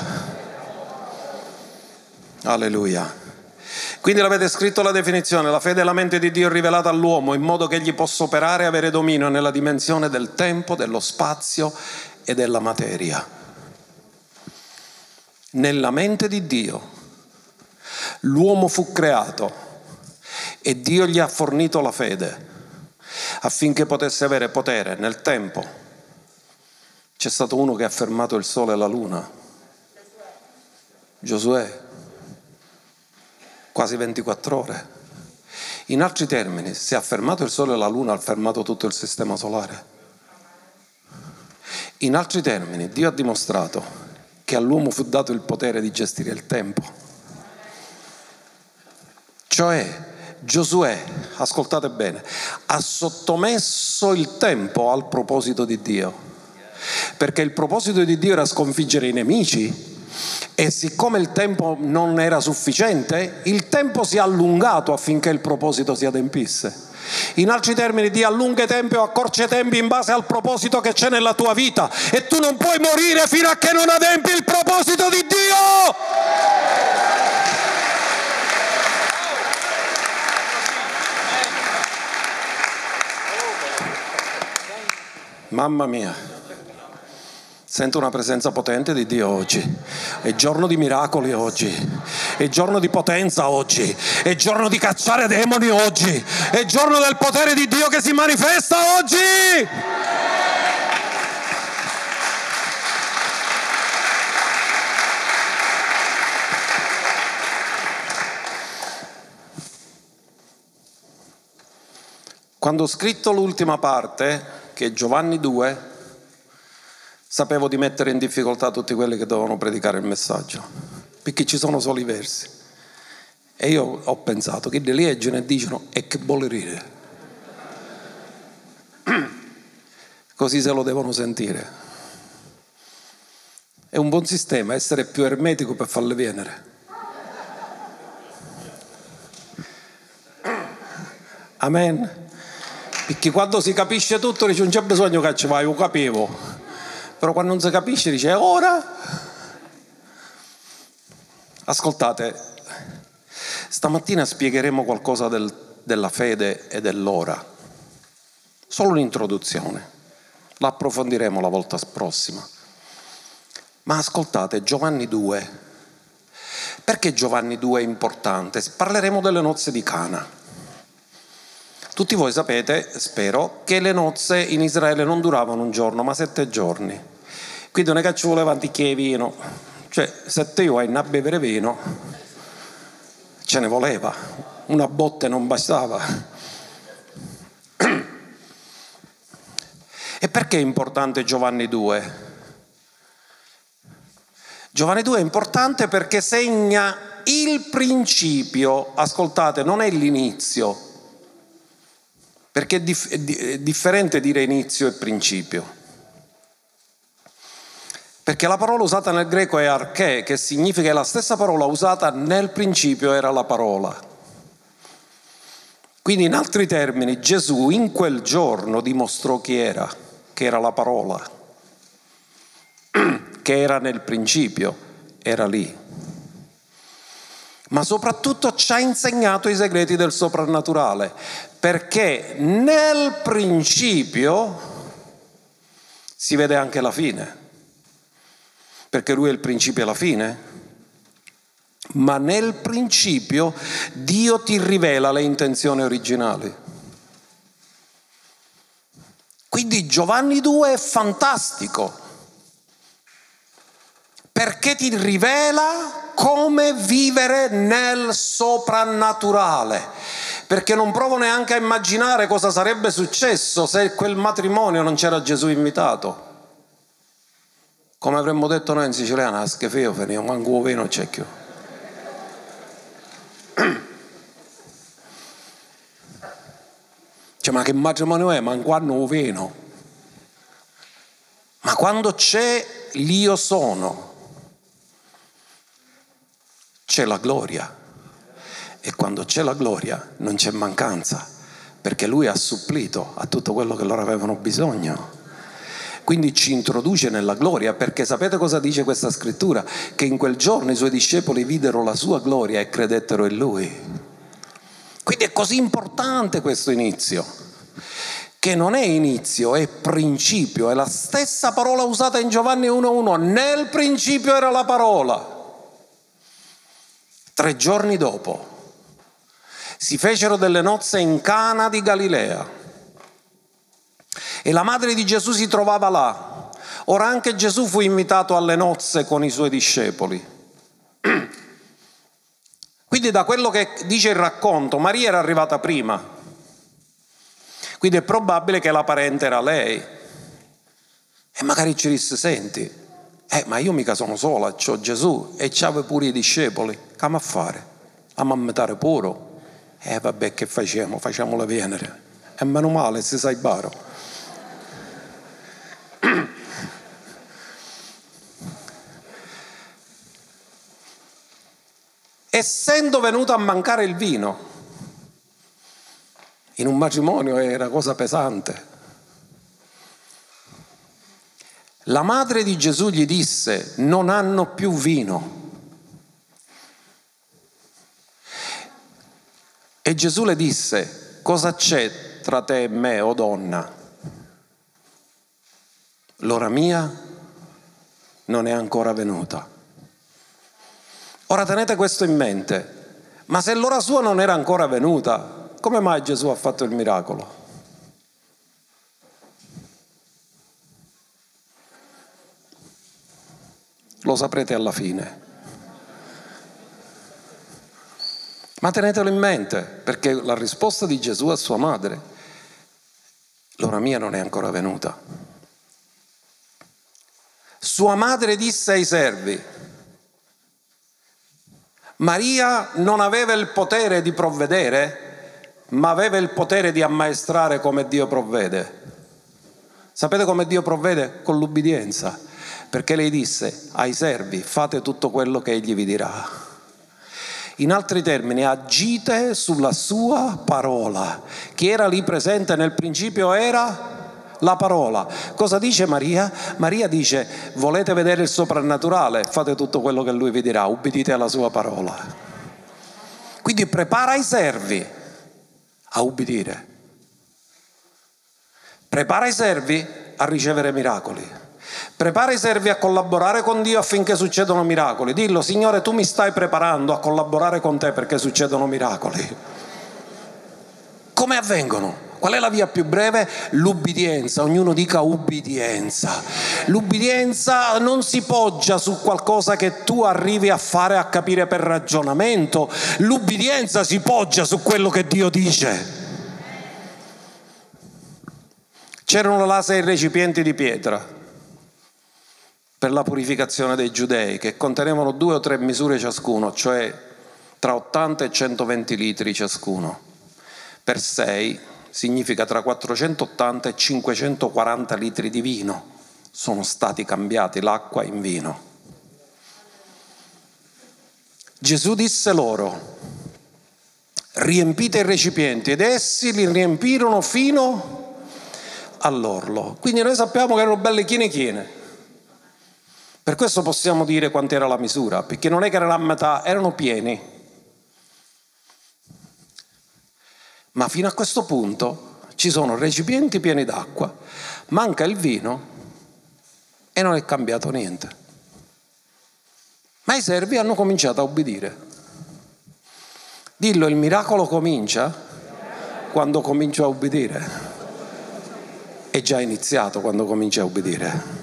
Alleluia. Quindi l'avete scritto la definizione: la fede è la mente di Dio rivelata all'uomo, in modo che egli possa operare e avere dominio nella dimensione del tempo, dello spazio e della materia. Nella mente di Dio l'uomo fu creato e Dio gli ha fornito la fede affinché potesse avere potere nel tempo. C'è stato uno che ha fermato il sole e la luna, Giosuè, quasi 24 ore. In altri termini, se ha fermato il Sole e la Luna, ha fermato tutto il sistema solare. In altri termini, Dio ha dimostrato che all'uomo fu dato il potere di gestire il tempo. Cioè, Giosuè, ascoltate bene, ha sottomesso il tempo al proposito di Dio, perché il proposito di Dio era sconfiggere i nemici, e siccome il tempo non era sufficiente, il tempo si è allungato affinché il proposito si adempisse. In altri termini, Dio allunga i tempi o accorcia i tempi in base al proposito che c'è nella tua vita, e tu non puoi morire fino a che non adempi il proposito di Dio. Mamma mia, sento una presenza potente di Dio oggi. È giorno di miracoli oggi, è giorno di potenza oggi, è giorno di cacciare demoni oggi, è giorno del potere di Dio che si manifesta oggi. Quando ho scritto l'ultima parte, che è Giovanni 2, sapevo di mettere in difficoltà tutti quelli che dovevano predicare il messaggio, perché ci sono solo i versi. E io ho pensato che li leggono e dicono: e che vuole dire? Così se lo devono sentire. È un buon sistema essere più ermetico per farle venire. Amen. Perché quando si capisce tutto dice: non c'è bisogno che ci vai, io capivo. Però quando non si capisce dice: ora? Ascoltate, stamattina spiegheremo qualcosa della fede e dell'ora. Solo un'introduzione. La approfondiremo la volta prossima. Ma ascoltate, Giovanni 2. Perché Giovanni 2 è importante? Parleremo delle nozze di Cana. Tutti voi sapete, spero, che le nozze in Israele non duravano un giorno, ma 7 giorni. Quindi non è che ci voleva antiché vino. Cioè, 7 giorni a bere vino ce ne voleva. Una botte non bastava. E perché è importante Giovanni 2? Giovanni 2 è importante perché segna il principio. Ascoltate, non è l'inizio. Perché è differente dire inizio e principio. Perché la parola usata nel greco è arché, che significa la stessa parola usata nel principio era la parola. Quindi in altri termini Gesù in quel giorno dimostrò chi era, che era la parola, che era nel principio, era lì. Ma soprattutto ci ha insegnato i segreti del soprannaturale, perché nel principio si vede anche la fine, perché lui è il principio e la fine, ma nel principio Dio ti rivela le intenzioni originali. Quindi Giovanni 2 è fantastico, perché ti rivela come vivere nel soprannaturale, perché non provo neanche a immaginare cosa sarebbe successo se quel matrimonio non c'era Gesù invitato. Come avremmo detto noi in siciliano, a schifo, veniamo manco vino c'è più. Cioè, ma che matrimonio è? Ma quando vino? Ma quando c'è l'io sono, c'è la gloria, e quando c'è la gloria non c'è mancanza, perché lui ha supplito a tutto quello che loro avevano bisogno. Quindi ci introduce nella gloria, perché sapete cosa dice questa scrittura? Che in quel giorno i suoi discepoli videro la sua gloria e credettero in lui. Quindi è così importante questo inizio, che non è inizio, è principio, è la stessa parola usata in Giovanni 1:1, nel principio era la parola. 3 giorni dopo si fecero delle nozze in Cana di Galilea e la madre di Gesù si trovava là. Ora anche Gesù fu invitato alle nozze con i suoi discepoli. Quindi Quindi da quello che dice il racconto, Maria era arrivata prima. Quindi è probabile che la parente era lei. E magari ci disse, senti, ma io mica sono sola, c'ho Gesù e c'ave pure i discepoli. Come a fare? A mammitare pure? Vabbè, che facciamo? Facciamo la Venere. E meno male, si sai baro. Essendo venuto a mancare il vino, in un matrimonio era cosa pesante. La madre di Gesù gli disse, non hanno più vino. E Gesù le disse, cosa c'è tra te e me, o donna? L'ora mia non è ancora venuta. Ora tenete questo in mente, ma se l'ora sua non era ancora venuta, come mai Gesù ha fatto il miracolo? Lo saprete alla fine. Ma tenetelo in mente, perché la risposta di Gesù a sua madre, l'ora mia non è ancora venuta. Sua madre disse ai servi, Maria non aveva il potere di provvedere, ma aveva il potere di ammaestrare come Dio provvede. Sapete come Dio provvede? Con l'ubbidienza, perché lei disse ai servi, fate tutto quello che egli vi dirà. In altri termini, agite sulla sua parola. Chi era lì presente nel principio era la parola. Cosa dice Maria? Maria dice, volete vedere il soprannaturale? Fate tutto quello che lui vi dirà, ubbidite alla sua parola. Quindi prepara i servi a ubbidire. Prepara i servi a ricevere miracoli. Prepara i servi a collaborare con Dio affinché succedano miracoli. Dillo, Signore, tu mi stai preparando a collaborare con te perché succedono miracoli. Come avvengono? Qual è la via più breve? L'ubbidienza. Ognuno dica ubbidienza. L'ubbidienza non si poggia su qualcosa che tu arrivi a fare, a capire per ragionamento. L'ubbidienza si poggia su quello che Dio dice. C'erano là 6 recipienti di pietra per la purificazione dei giudei, che contenevano 2 o 3 misure ciascuno, cioè tra 80 e 120 litri ciascuno. Per 6 significa tra 480 e 540 litri di vino. Sono stati cambiati l'acqua in vino. Gesù disse loro, riempite i recipienti, ed essi li riempirono fino all'orlo. Quindi noi sappiamo che erano belle chiene. Per questo possiamo dire quant'era la misura, perché non è che era a metà, erano pieni. Ma fino a questo punto ci sono recipienti pieni d'acqua, manca il vino e non è cambiato niente. Ma i servi hanno cominciato a ubbidire. Dillo, il miracolo comincia quando comincio a ubbidire. È già iniziato quando cominci a ubbidire.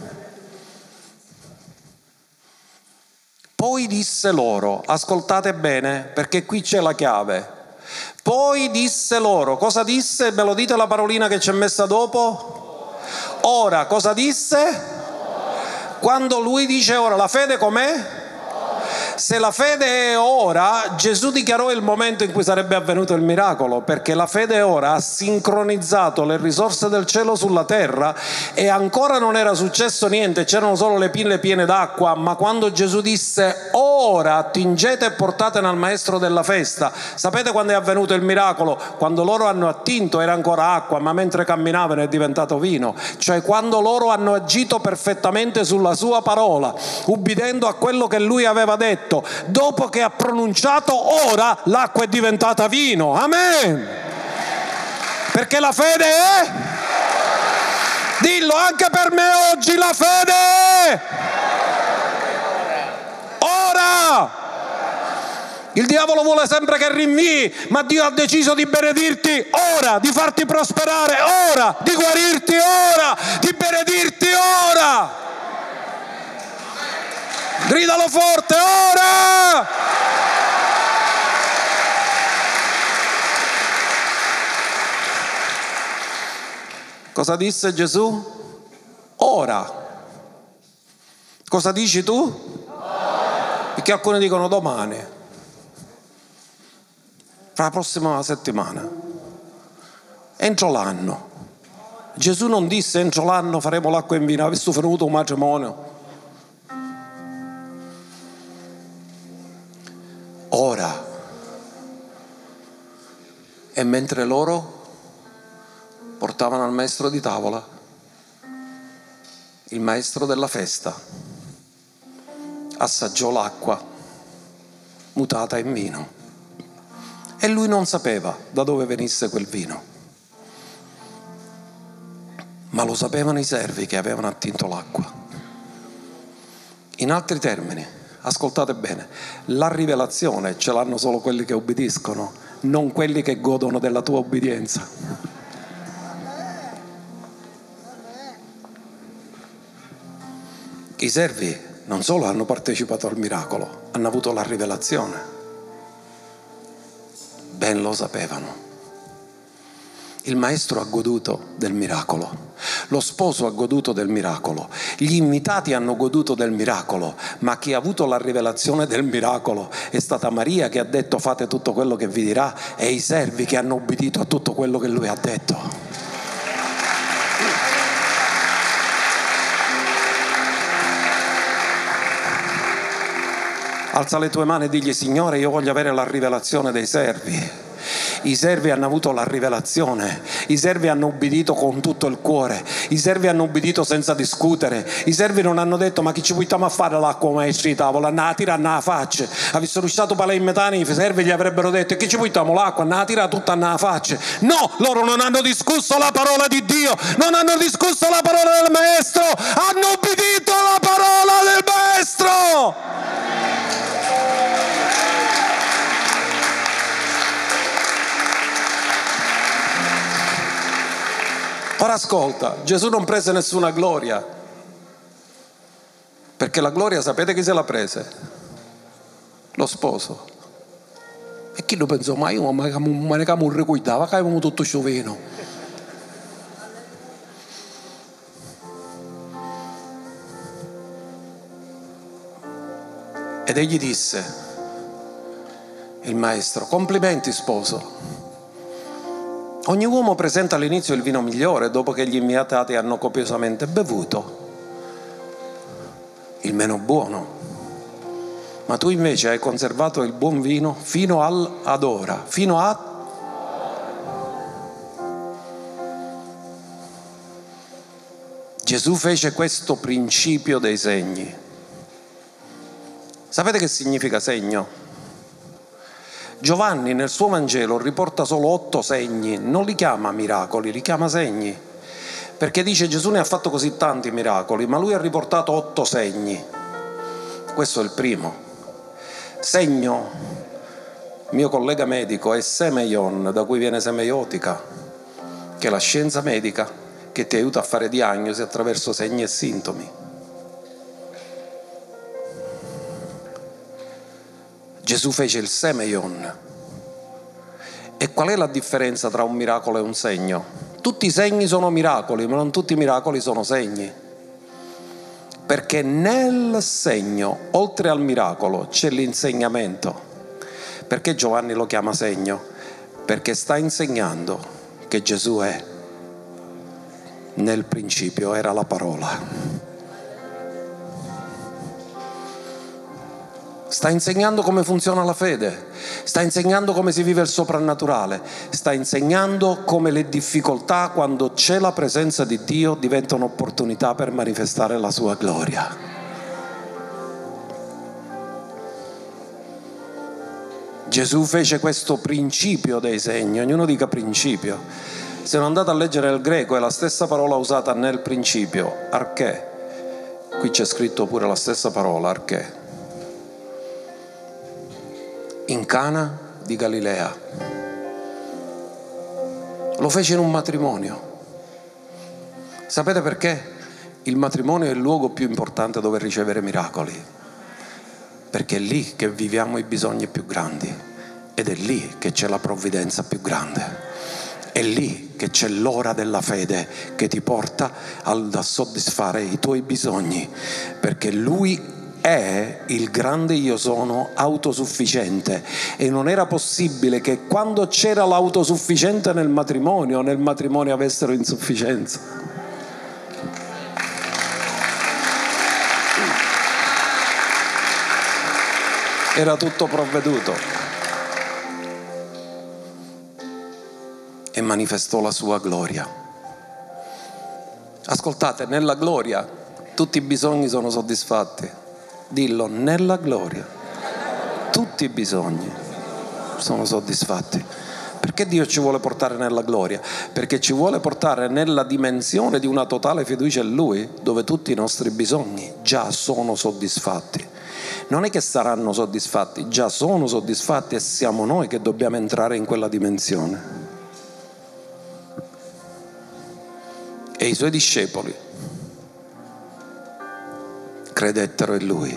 Poi disse loro, ascoltate bene perché qui c'è la chiave. Poi disse loro, cosa disse? Me lo dite la parolina che c'è messa dopo? Ora, cosa disse? Quando lui dice ora, la fede com'è? Se la fede è ora, Gesù dichiarò il momento in cui sarebbe avvenuto il miracolo, perché la fede è ora, ha sincronizzato le risorse del cielo sulla terra e ancora non era successo niente, c'erano solo le pile piene d'acqua, ma quando Gesù disse ora attingete e portatene al maestro della festa, sapete quando è avvenuto il miracolo? Quando loro hanno attinto era ancora acqua, ma mentre camminavano è diventato vino, cioè quando loro hanno agito perfettamente sulla sua parola, ubbidendo a quello che lui aveva detto. Dopo che ha pronunciato ora, l'acqua è diventata vino. Amen. Perché la fede è? Dillo anche per me oggi, la fede è ora. Il diavolo vuole sempre che rinvii, ma Dio ha deciso di benedirti ora, di farti prosperare ora, di guarirti ora, di benedirti ora. Gridalo forte, ora! Cosa disse Gesù? Ora. Cosa dici tu? Ora. Perché alcuni dicono domani, fra la prossima settimana, entro l'anno. Gesù non disse entro l'anno faremo l'acqua in vino, avesse venuto un matrimonio. Ora. E mentre loro portavano al maestro di tavola, il maestro della festa assaggiò l'acqua mutata in vino e lui non sapeva da dove venisse quel vino, ma lo sapevano i servi che avevano attinto l'acqua. In altri termini, ascoltate bene, la rivelazione ce l'hanno solo quelli che obbediscono, non quelli che godono della tua obbedienza. I servi non solo hanno partecipato al miracolo, hanno avuto la rivelazione. Ben lo sapevano. Il maestro ha goduto del miracolo, lo sposo ha goduto del miracolo, gli invitati hanno goduto del miracolo, ma chi ha avuto la rivelazione del miracolo è stata Maria, che ha detto fate tutto quello che vi dirà, e i servi che hanno obbedito a tutto quello che lui ha detto. Alza le tue mani e digli: Signore, io voglio avere la rivelazione dei servi. I servi hanno avuto la rivelazione, i servi hanno ubbidito con tutto il cuore, i servi hanno ubbidito senza discutere, i servi non hanno detto ma chi ci buttiamo a fare l'acqua maestro di tavola, andava a tirare nella faccia. Avessero lasciato pale in metà, i servi gli avrebbero detto che ci buttiamo l'acqua, andava a tirare tutta nella faccia. No, loro non hanno discusso la parola di Dio, non hanno discusso la parola del maestro, hanno ubbidito la parola del maestro. Ora ascolta, Gesù non prese nessuna gloria, perché la gloria sapete chi se la prese? Lo sposo. E chi lo pensò? Ma io me ne camo un ricuidava, che avevamo tutto questo vino. Ed egli disse, il maestro: complimenti sposo. Ogni uomo presenta all'inizio il vino migliore dopo che gli invitati hanno copiosamente bevuto il meno buono, ma tu invece hai conservato il buon vino fino ad ora, fino a... Gesù fece questo principio dei segni. Sapete che significa segno? Giovanni nel suo Vangelo riporta solo 8 segni, non li chiama miracoli, li chiama segni, perché dice Gesù ne ha fatto così tanti miracoli, ma lui ha riportato 8 segni. Questo è il primo. Segno, mio collega medico, è semeion, da cui viene semeiotica, che è la scienza medica che ti aiuta a fare diagnosi attraverso segni e sintomi. Gesù fece il semeion. E qual è la differenza tra un miracolo e un segno? Tutti i segni sono miracoli, ma non tutti i miracoli sono segni. Perché nel segno, oltre al miracolo, c'è l'insegnamento. Perché Giovanni lo chiama segno? Perché sta insegnando che Gesù è. Nel principio era la parola. Sta insegnando come funziona la fede, sta insegnando come si vive il soprannaturale, sta insegnando come le difficoltà, quando c'è la presenza di Dio, diventano opportunità per manifestare la sua gloria. Gesù fece questo principio dei segni, ognuno dica principio. Se non andate a leggere il greco è la stessa parola usata nel principio, arché. Qui c'è scritto pure la stessa parola, arché. In Cana di Galilea. Lo fece in un matrimonio. Sapete perché? Il matrimonio è il luogo più importante dove ricevere miracoli, perché è lì che viviamo i bisogni più grandi ed è lì che c'è la provvidenza più grande, è lì che c'è l'ora della fede che ti porta a soddisfare i tuoi bisogni, perché Lui è il grande io sono autosufficiente, e non era possibile che quando c'era l'autosufficiente nel matrimonio avessero insufficienza. Era tutto provveduto. E manifestò la sua gloria. Ascoltate, nella gloria tutti i bisogni sono soddisfatti. Dillo, nella gloria tutti i bisogni sono soddisfatti. Perché Dio ci vuole portare nella gloria? Perché ci vuole portare nella dimensione di una totale fiducia in Lui, dove tutti i nostri bisogni già sono soddisfatti. Non è che saranno soddisfatti, già sono soddisfatti, e siamo noi che dobbiamo entrare in quella dimensione. E i Suoi discepoli credettero in Lui,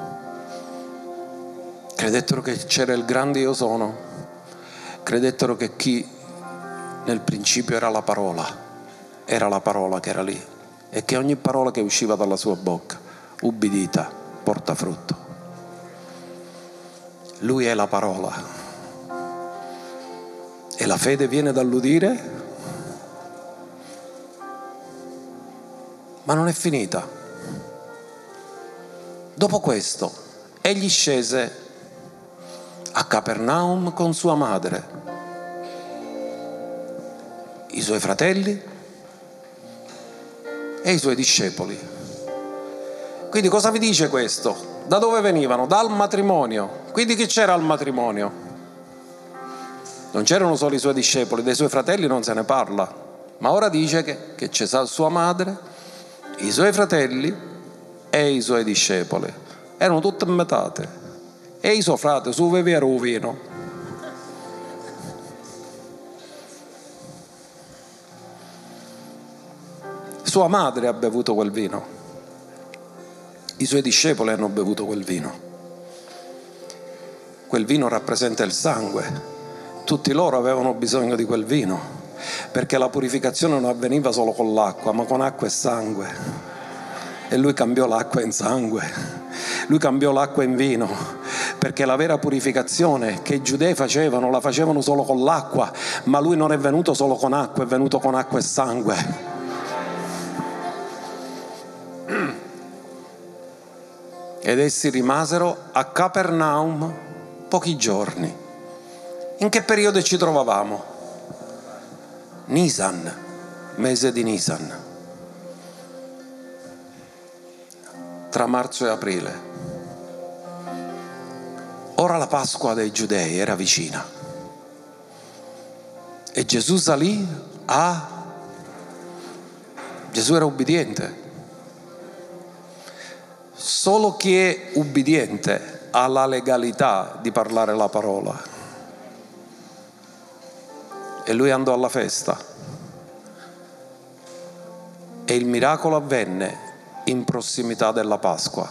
credettero che c'era il grande io sono, credettero che chi nel principio era la parola che era lì, e che ogni parola che usciva dalla sua bocca, ubbidita, porta frutto. Lui è la parola, e la fede viene dall'udire, ma non è finita. Dopo questo, egli scese a Capernaum con sua madre, i Suoi fratelli e i Suoi discepoli. Quindi cosa vi dice questo? Da dove venivano? Dal matrimonio. Quindi chi c'era al matrimonio? Non c'erano solo i Suoi discepoli, dei Suoi fratelli non se ne parla, ma ora dice che c'è sua madre, i Suoi fratelli e i Suoi discepoli. Erano tutte metate, e i suoi frati su bevevano il vino. Sua madre ha bevuto quel vino, i Suoi discepoli hanno bevuto quel vino. Quel vino rappresenta il sangue. Tutti loro avevano bisogno di quel vino, perché la purificazione non avveniva solo con l'acqua, ma con acqua e sangue. E Lui cambiò l'acqua in sangue, Lui cambiò l'acqua in vino, perché la vera purificazione che i giudei facevano, la facevano solo con l'acqua, ma Lui non è venuto solo con acqua, è venuto con acqua e sangue. Ed essi rimasero a Capernaum pochi giorni. In che periodo ci trovavamo? Nisan, mese di Nisan, tra marzo e aprile. Ora la Pasqua dei Giudei era vicina e Gesù salì Gesù era ubbidiente. Solo chi è ubbidiente ha la legalità di parlare la parola. E lui andò alla festa e il miracolo avvenne in prossimità della Pasqua.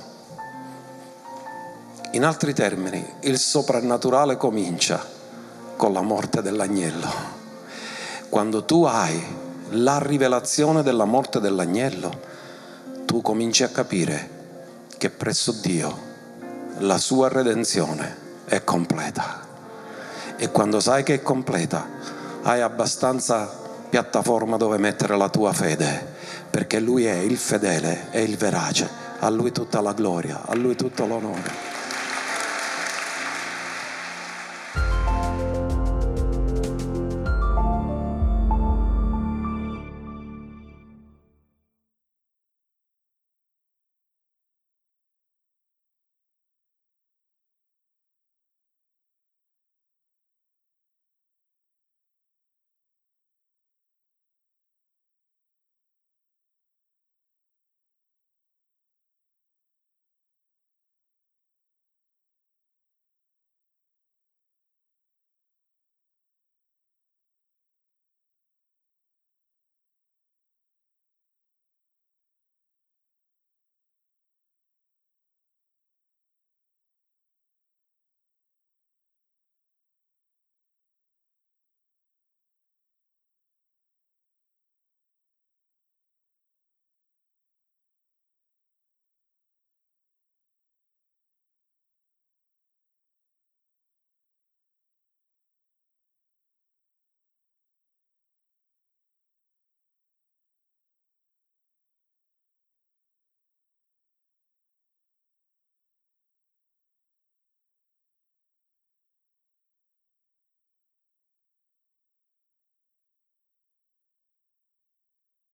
In altri termini, il soprannaturale comincia con la morte dell'agnello. Quando tu hai la rivelazione della morte dell'agnello, tu cominci a capire che presso Dio la sua redenzione è completa. E quando sai che è completa, hai abbastanza piattaforma dove mettere la tua fede, perché Lui è il fedele e il verace. A Lui tutta la gloria, a Lui tutto l'onore.